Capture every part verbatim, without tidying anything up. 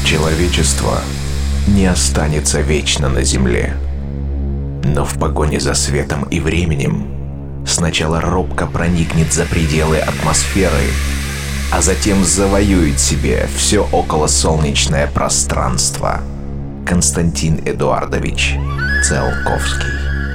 Человечество не останется вечно на Земле. Но в погоне за светом и временем сначала робко проникнет за пределы атмосферы, а затем завоюет себе все околосолнечное пространство. Константин Эдуардович Циолковский.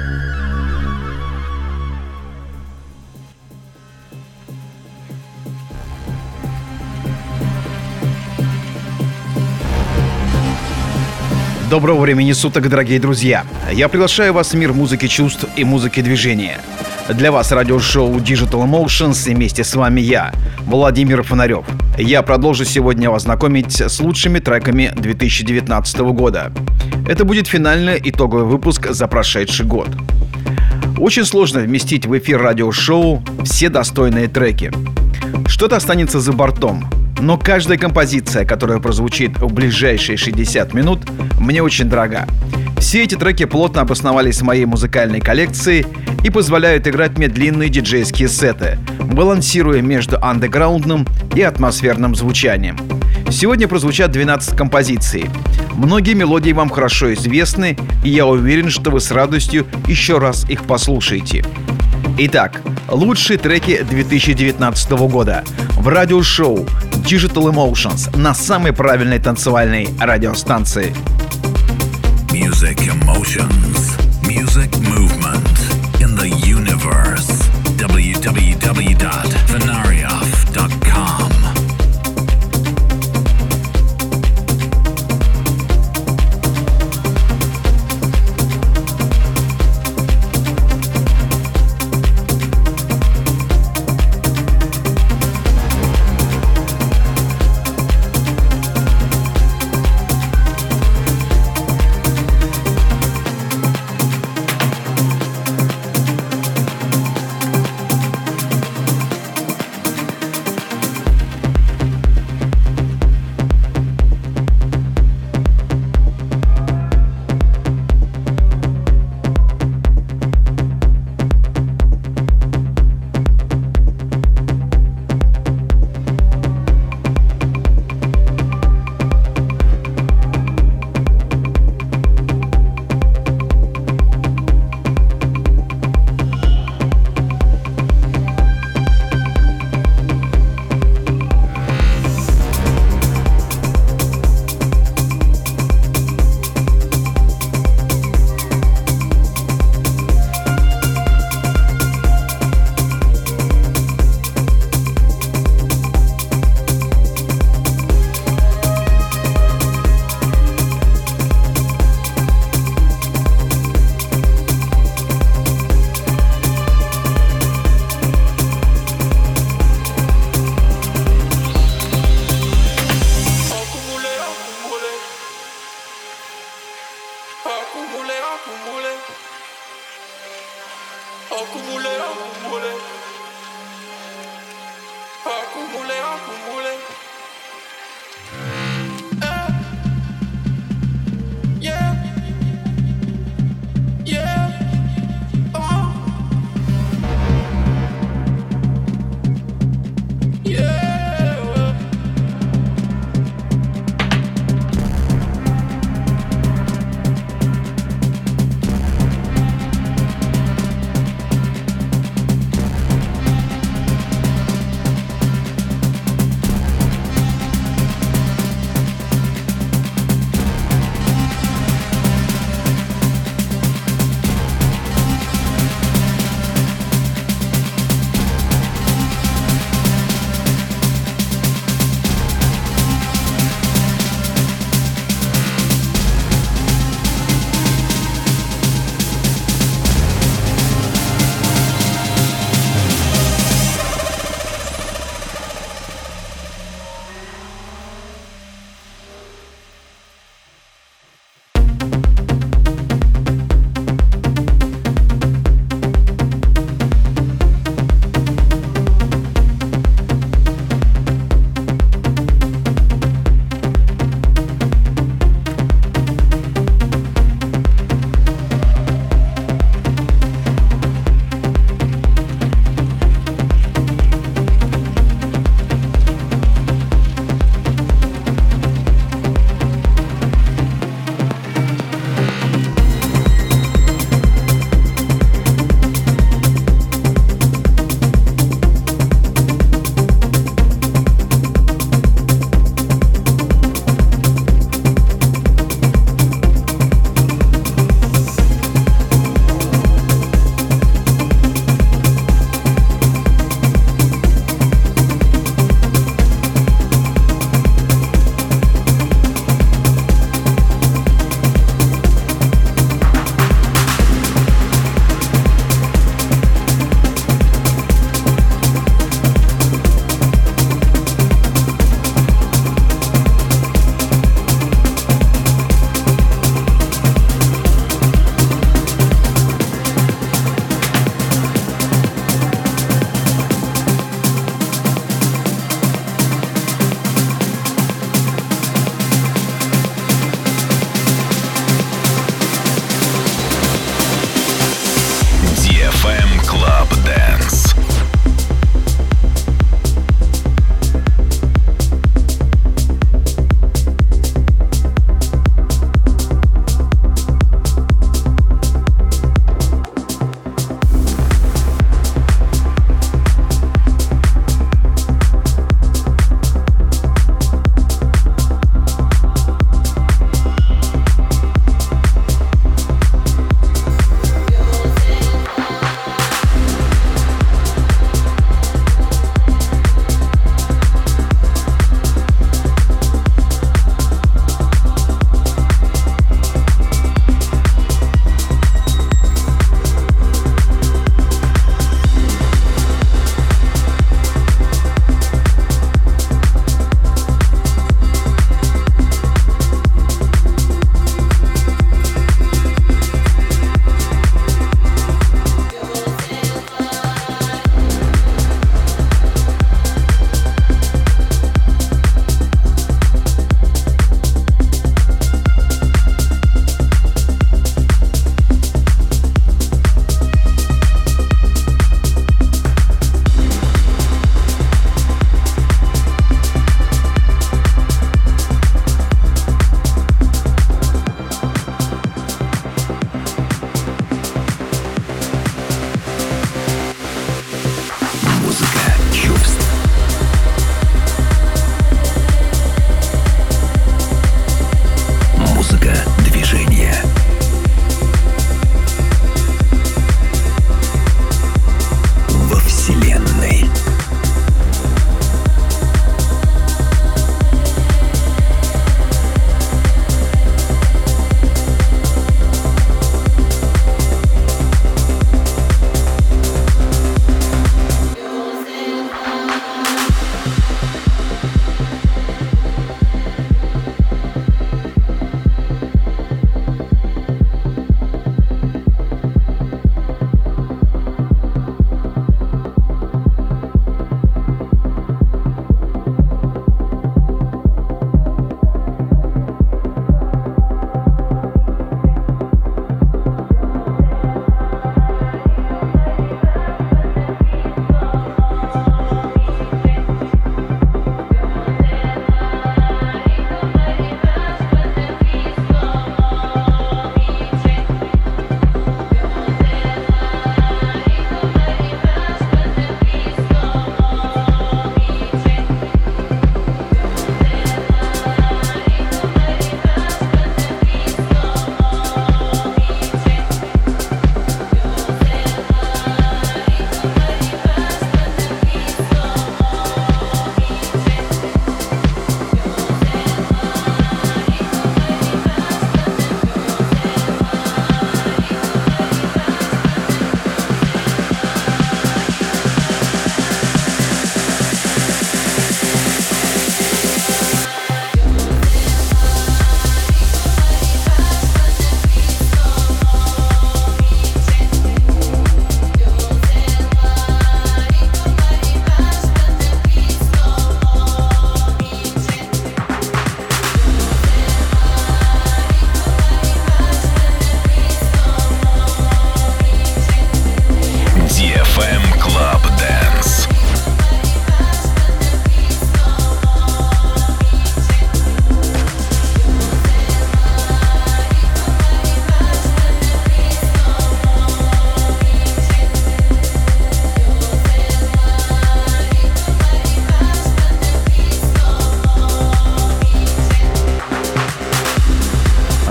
Доброго времени суток, дорогие друзья! Я приглашаю вас в мир музыки чувств и музыки движения. Для вас радиошоу Digital Emotions, и вместе с вами я, Владимир Фонарев. Я продолжу сегодня вас знакомить с лучшими треками две тысячи девятнадцатого года. Это будет финальный итоговый выпуск за прошедший год. Очень сложно вместить в эфир радиошоу все достойные треки. Что-то останется за бортом. Но каждая композиция, которая прозвучит в ближайшие шестьдесят минут, мне очень дорога. Все эти треки плотно обосновались в моей музыкальной коллекции и позволяют играть мне длинные диджейские сеты, балансируя между андеграундным и атмосферным звучанием. Сегодня прозвучат двенадцать композиций. Многие мелодии вам хорошо известны, и я уверен, что вы с радостью еще раз их послушаете. Итак, лучшие треки две тысячи девятнадцатого года в радиошоу Digital Emotions на самой правильной танцевальной радиостанции. Music emotions, music movement in the universe. дабл ю дабл ю дабл ю dot fenarioff dot com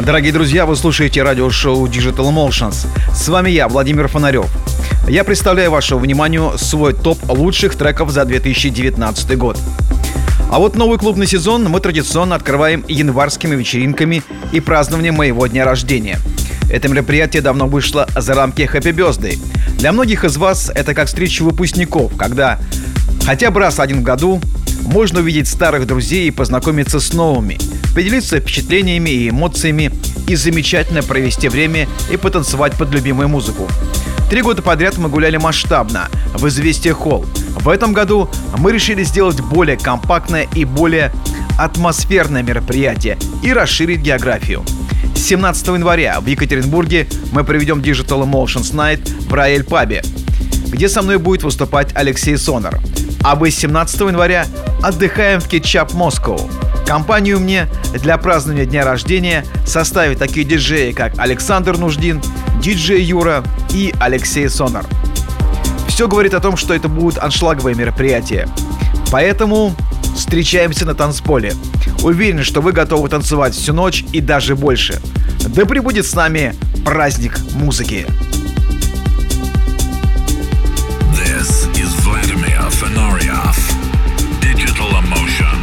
Дорогие друзья, вы слушаете радиошоу Digital Emotions. С вами я, Владимир Фонарев. Я представляю вашему вниманию свой топ лучших треков за две тысячи девятнадцатый год. А вот новый клубный сезон мы традиционно открываем январскими вечеринками и празднованием моего дня рождения. Это мероприятие давно вышло за рамки Happy Birthday. Для многих из вас это как встреча выпускников, когда хотя бы раз один в году можно увидеть старых друзей и познакомиться с новыми, поделиться впечатлениями и эмоциями и замечательно провести время и потанцевать под любимую музыку. Три года подряд мы гуляли масштабно в «Известия Холл». В этом году мы решили сделать более компактное и более атмосферное мероприятие и расширить географию. семнадцатого января в Екатеринбурге мы проведем Digital Emotions Night в Рояль Пабе, где со мной будет выступать Алексей Сонар. А восемнадцатого января отдыхаем в Кетчап Москва. Компанию мне для празднования дня рождения составят такие диджеи, как Александр Нуждин, диджей Юра и Алексей Сонар. Все говорит о том, что это будет аншлаговое мероприятие. Поэтому встречаемся на танцполе. Уверен, что вы готовы танцевать всю ночь и даже больше. Да пребудет с нами праздник музыки. This is Vladimir Fenarioff, Digital Emotions.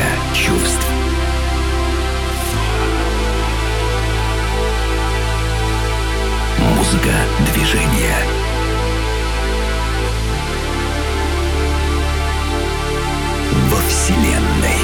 чувств. Музыка движения. Во Вселенной.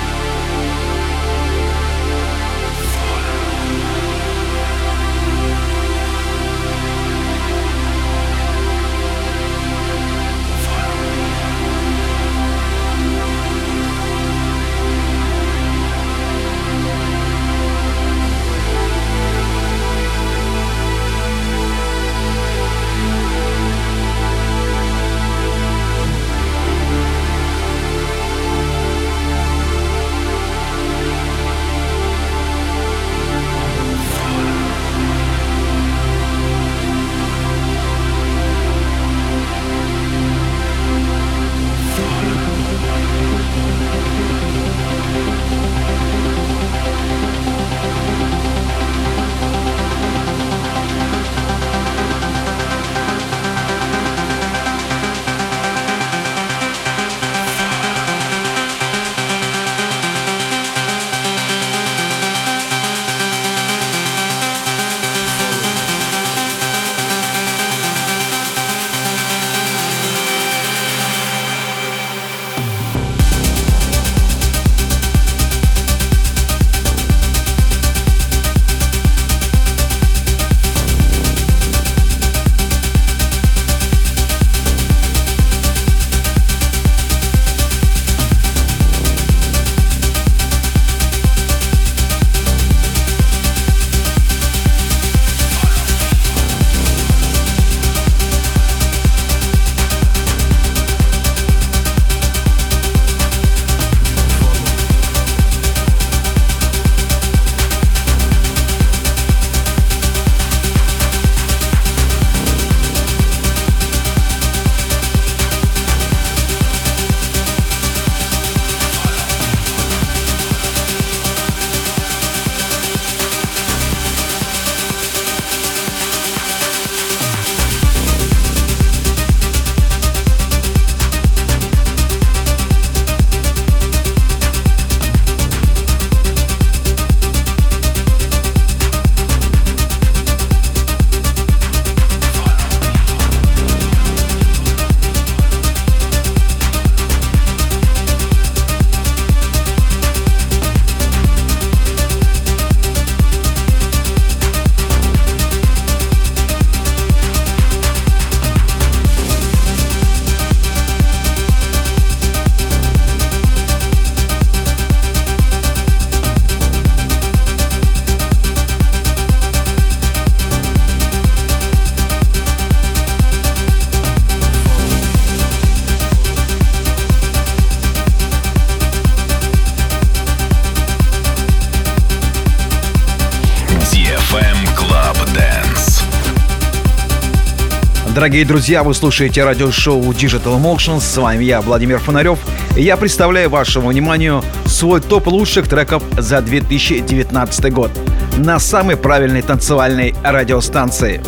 Дорогие друзья, вы слушаете радиошоу Digital Emotions. С вами я, Владимир Фонарев. И я представляю вашему вниманию свой топ лучших треков за две тысячи девятнадцатый год на самой правильной танцевальной радиостанции.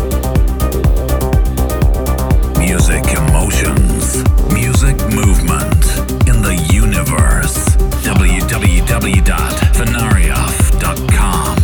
Music emotions, music movement in the universe. дабл ю дабл ю дабл ю dot fenarioff dot com.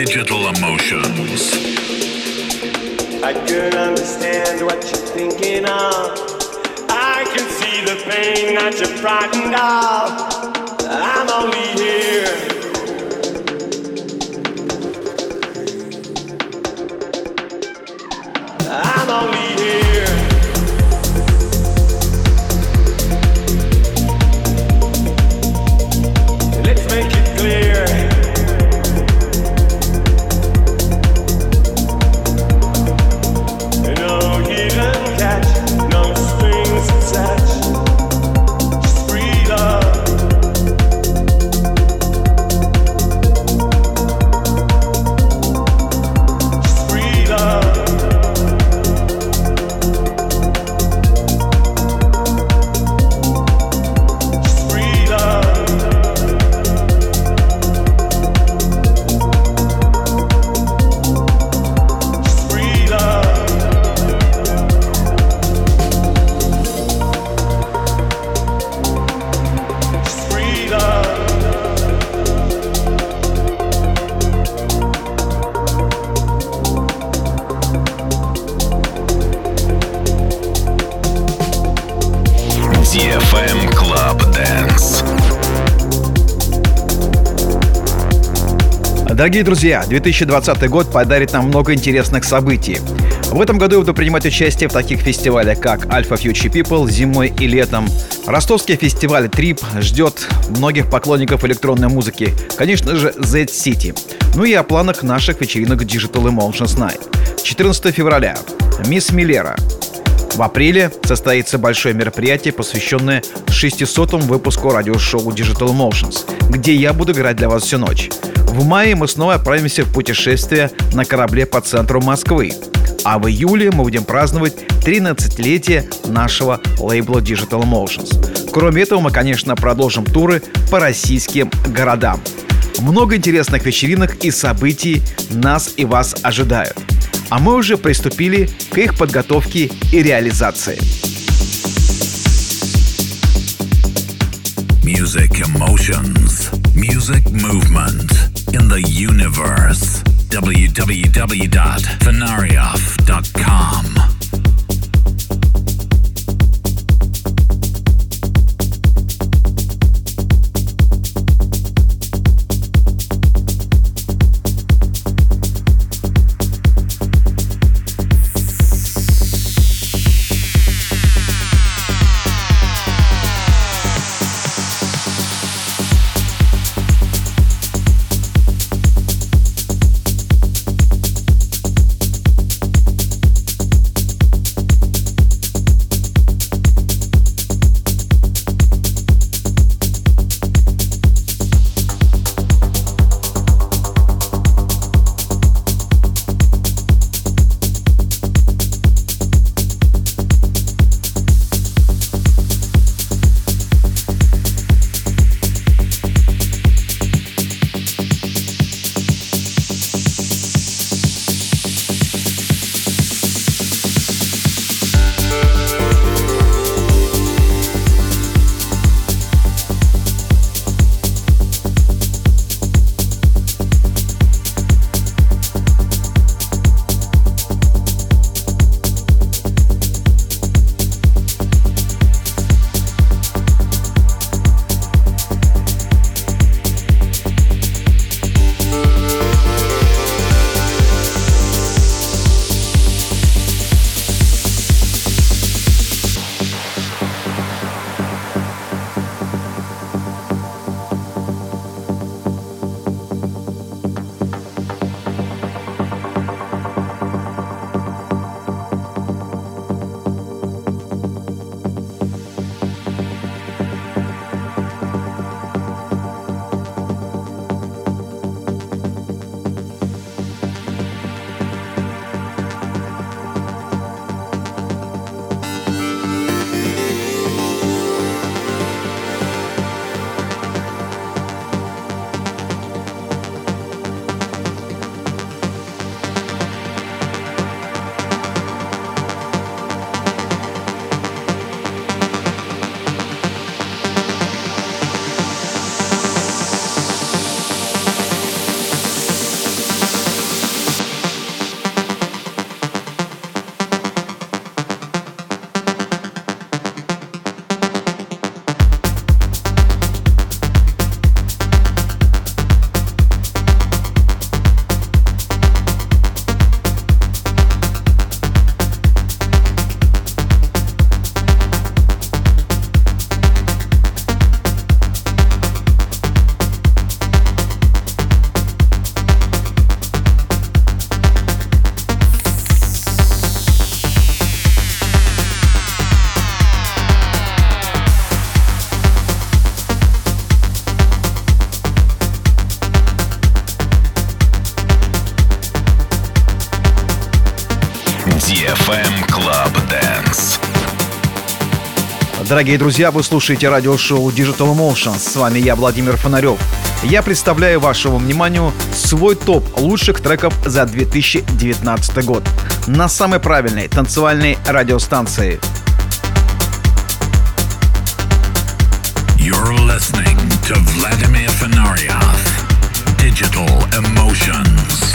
Digital Emotions. I could understand what you're thinking of. I can see the pain that you're frightened of. I'm only here. I'm only here. Let's make it clear. No hidden catch, no strings attached. Just free love. Just free love. ди эф эм Club Dance. Дорогие друзья, две тысячи двадцатый год подарит нам много интересных событий. В этом году я буду принимать участие в таких фестивалях, как Alpha Future People зимой и летом. Ростовский фестиваль Trip ждет многих поклонников электронной музыки. Конечно же, Z-City. Ну и о планах наших вечеринок Digital Emotions Night. четырнадцатого февраля. Мисс Миллера. В апреле состоится большое мероприятие, посвященное шестисотому выпуску радиошоу Digital Emotions, где я буду играть для вас всю ночь. В мае мы снова отправимся в путешествие на корабле по центру Москвы. А в июле мы будем праздновать тринадцатилетие нашего лейбла Digital Emotions. Кроме этого, мы, конечно, продолжим туры по российским городам. Много интересных вечеринок и событий нас и вас ожидают. А мы уже приступили к их подготовке и реализации. Music Emotions. Music Movement in the Universe. w w w dot fenarioff dot com ди эф эм Club Dance. Дорогие друзья, вы слушаете радиошоу Digital Emotions. С вами я, Владимир Фонарев. Я представляю вашему вниманию свой топ лучших треков за две тысячи девятнадцатый год на самой правильной танцевальной радиостанции. You're listening to Vladimir Fenarioff, Digital Emotions.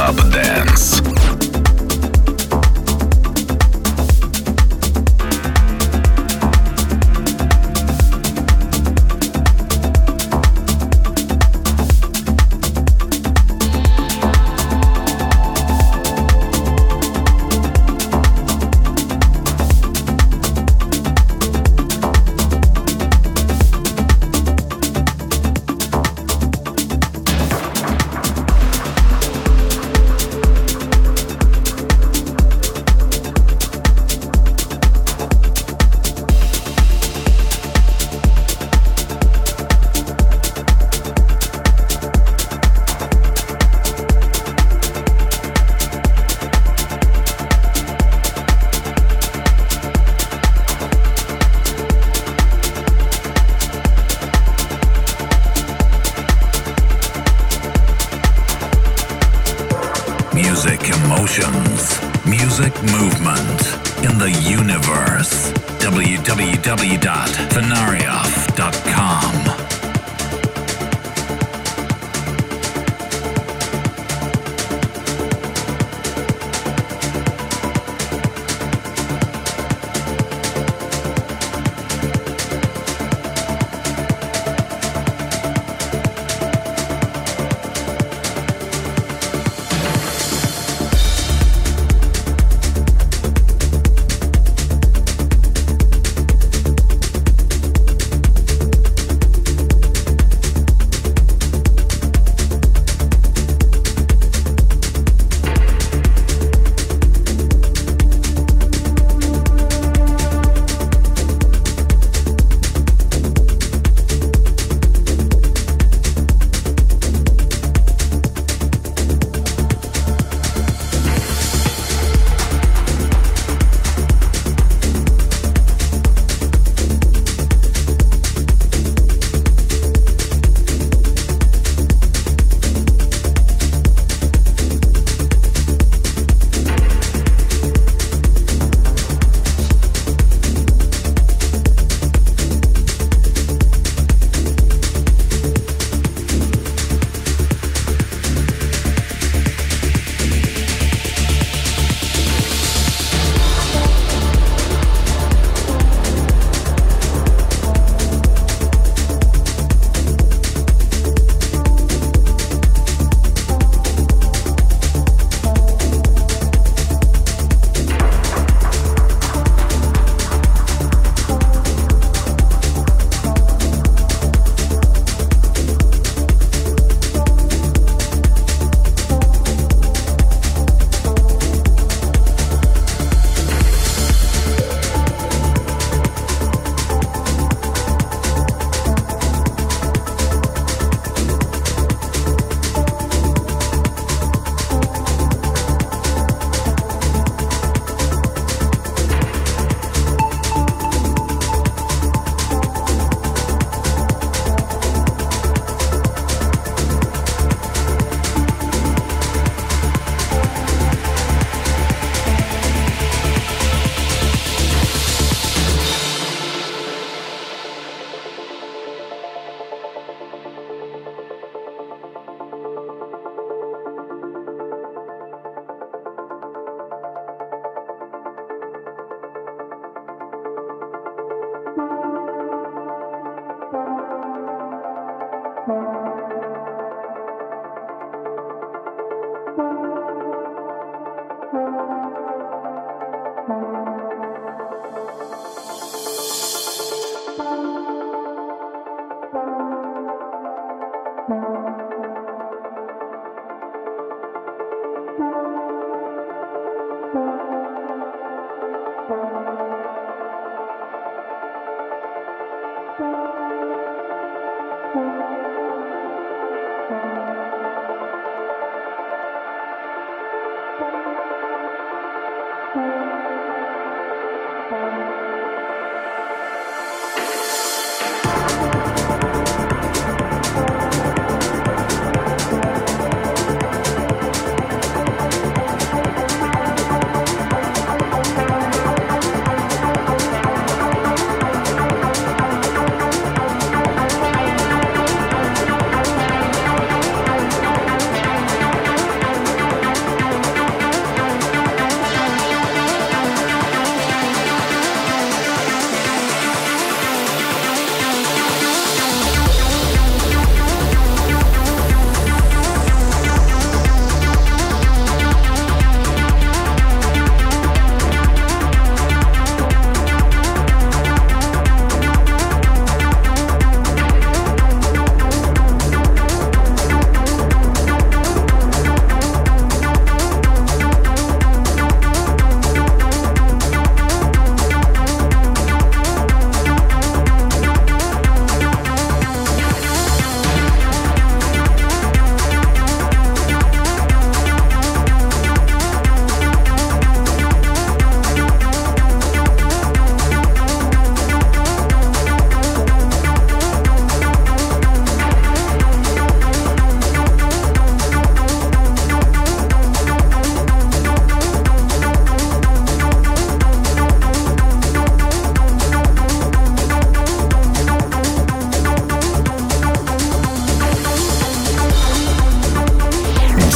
Club Dance. Music emotions, music movement in the universe. w w w dot fenarioff dot com.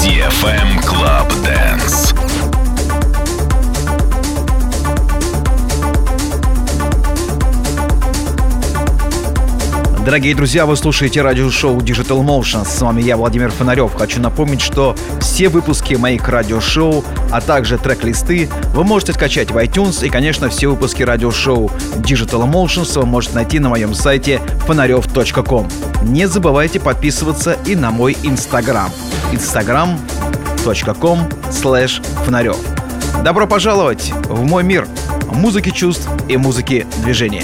и эф эм Club Dance. Дорогие друзья, вы слушаете радиошоу Digital Motions. С вами я, Владимир Фонарев. Хочу напомнить, что все выпуски моих радиошоу, а также трек-листы вы можете скачать в iTunes. И, конечно, все выпуски радиошоу Digital Motions вы можете найти на моем сайте фонарев точка ком. Не забывайте подписываться и на мой Instagram. instagram точка ком слэш фонарев. Добро пожаловать в мой мир музыки чувств и музыки движения.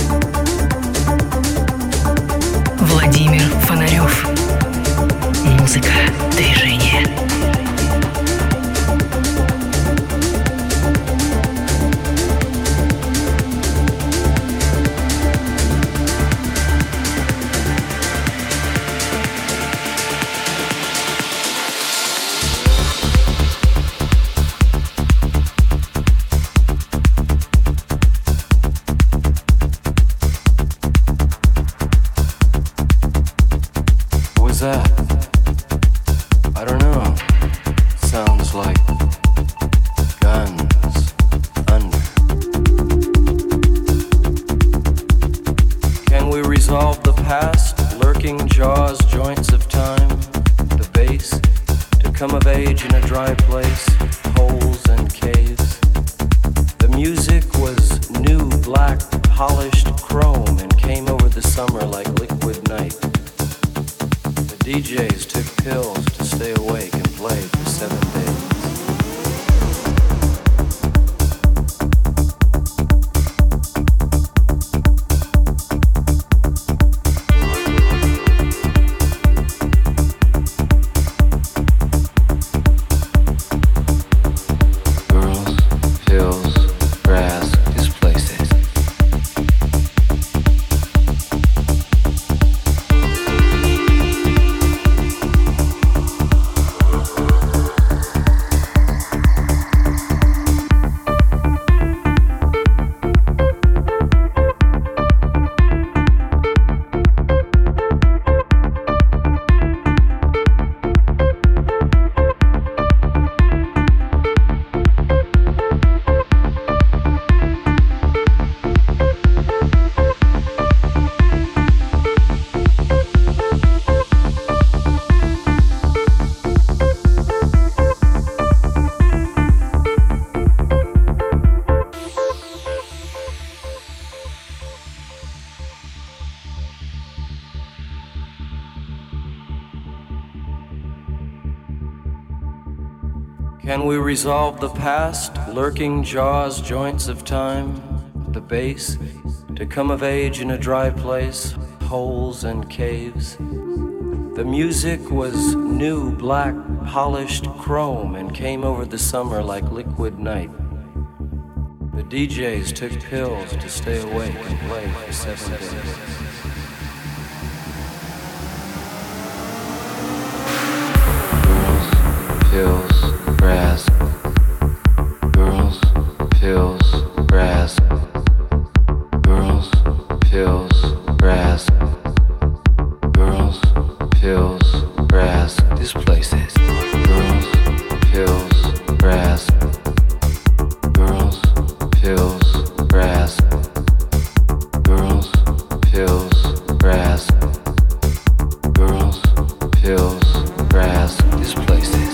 Владимир Фонарев. Музыка движения. That? I don't know. Sounds like guns under. Can we resolve the past? Lurking jaws, joints of time. The base to come of age in a dry place. Holes and caves. The music was new, black, polished chrome and came over the summer like liquid night. D Js took pills to stay awake and play for seven days. Girls, pills, brass, displaces. Can we resolve the past? Lurking jaws, joints of time. The base to come of age in a dry place. Holes and caves. The music was new, black, polished chrome and came over the summer like liquid night. The D Js took pills to stay awake and play for seven days. Pills, brass. Girls, pills, brass. Girls, pills, brass. Girls, pills, brass. This place is girls, pills, brass. Girls, pills, brass. Girls, pills, brass. Girls, pills, brass. This place is.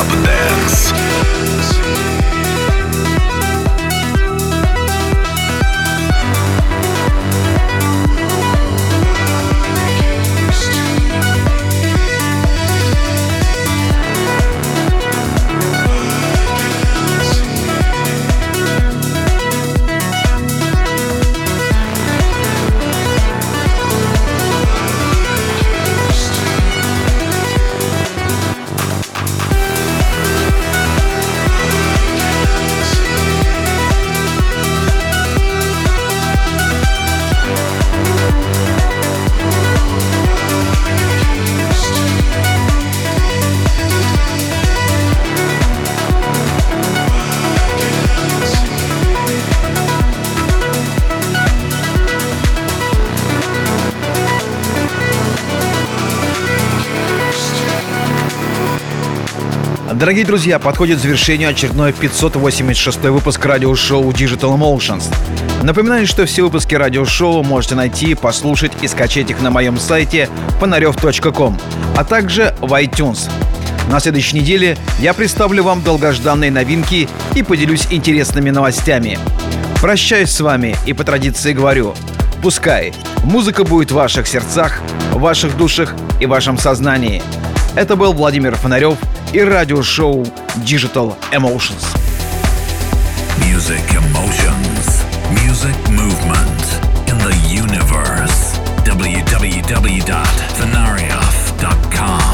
Club Dance. Дорогие друзья, подходит к завершению очередной пятьсот восемьдесят шестой выпуск радиошоу Digital Emotions. Напоминаю, что все выпуски радиошоу можете найти, послушать и скачать их на моем сайте фонарев точка ком, а также в iTunes. На следующей неделе я представлю вам долгожданные новинки и поделюсь интересными новостями. Прощаюсь с вами и по традиции говорю: пускай музыка будет в ваших сердцах, в ваших душах и в вашем сознании. Это был Владимир Фонарев и радиошоу Digital Emotions. Music emotions, music movement in the universe. дабл ю дабл ю дабл ю точка фонарев точка ком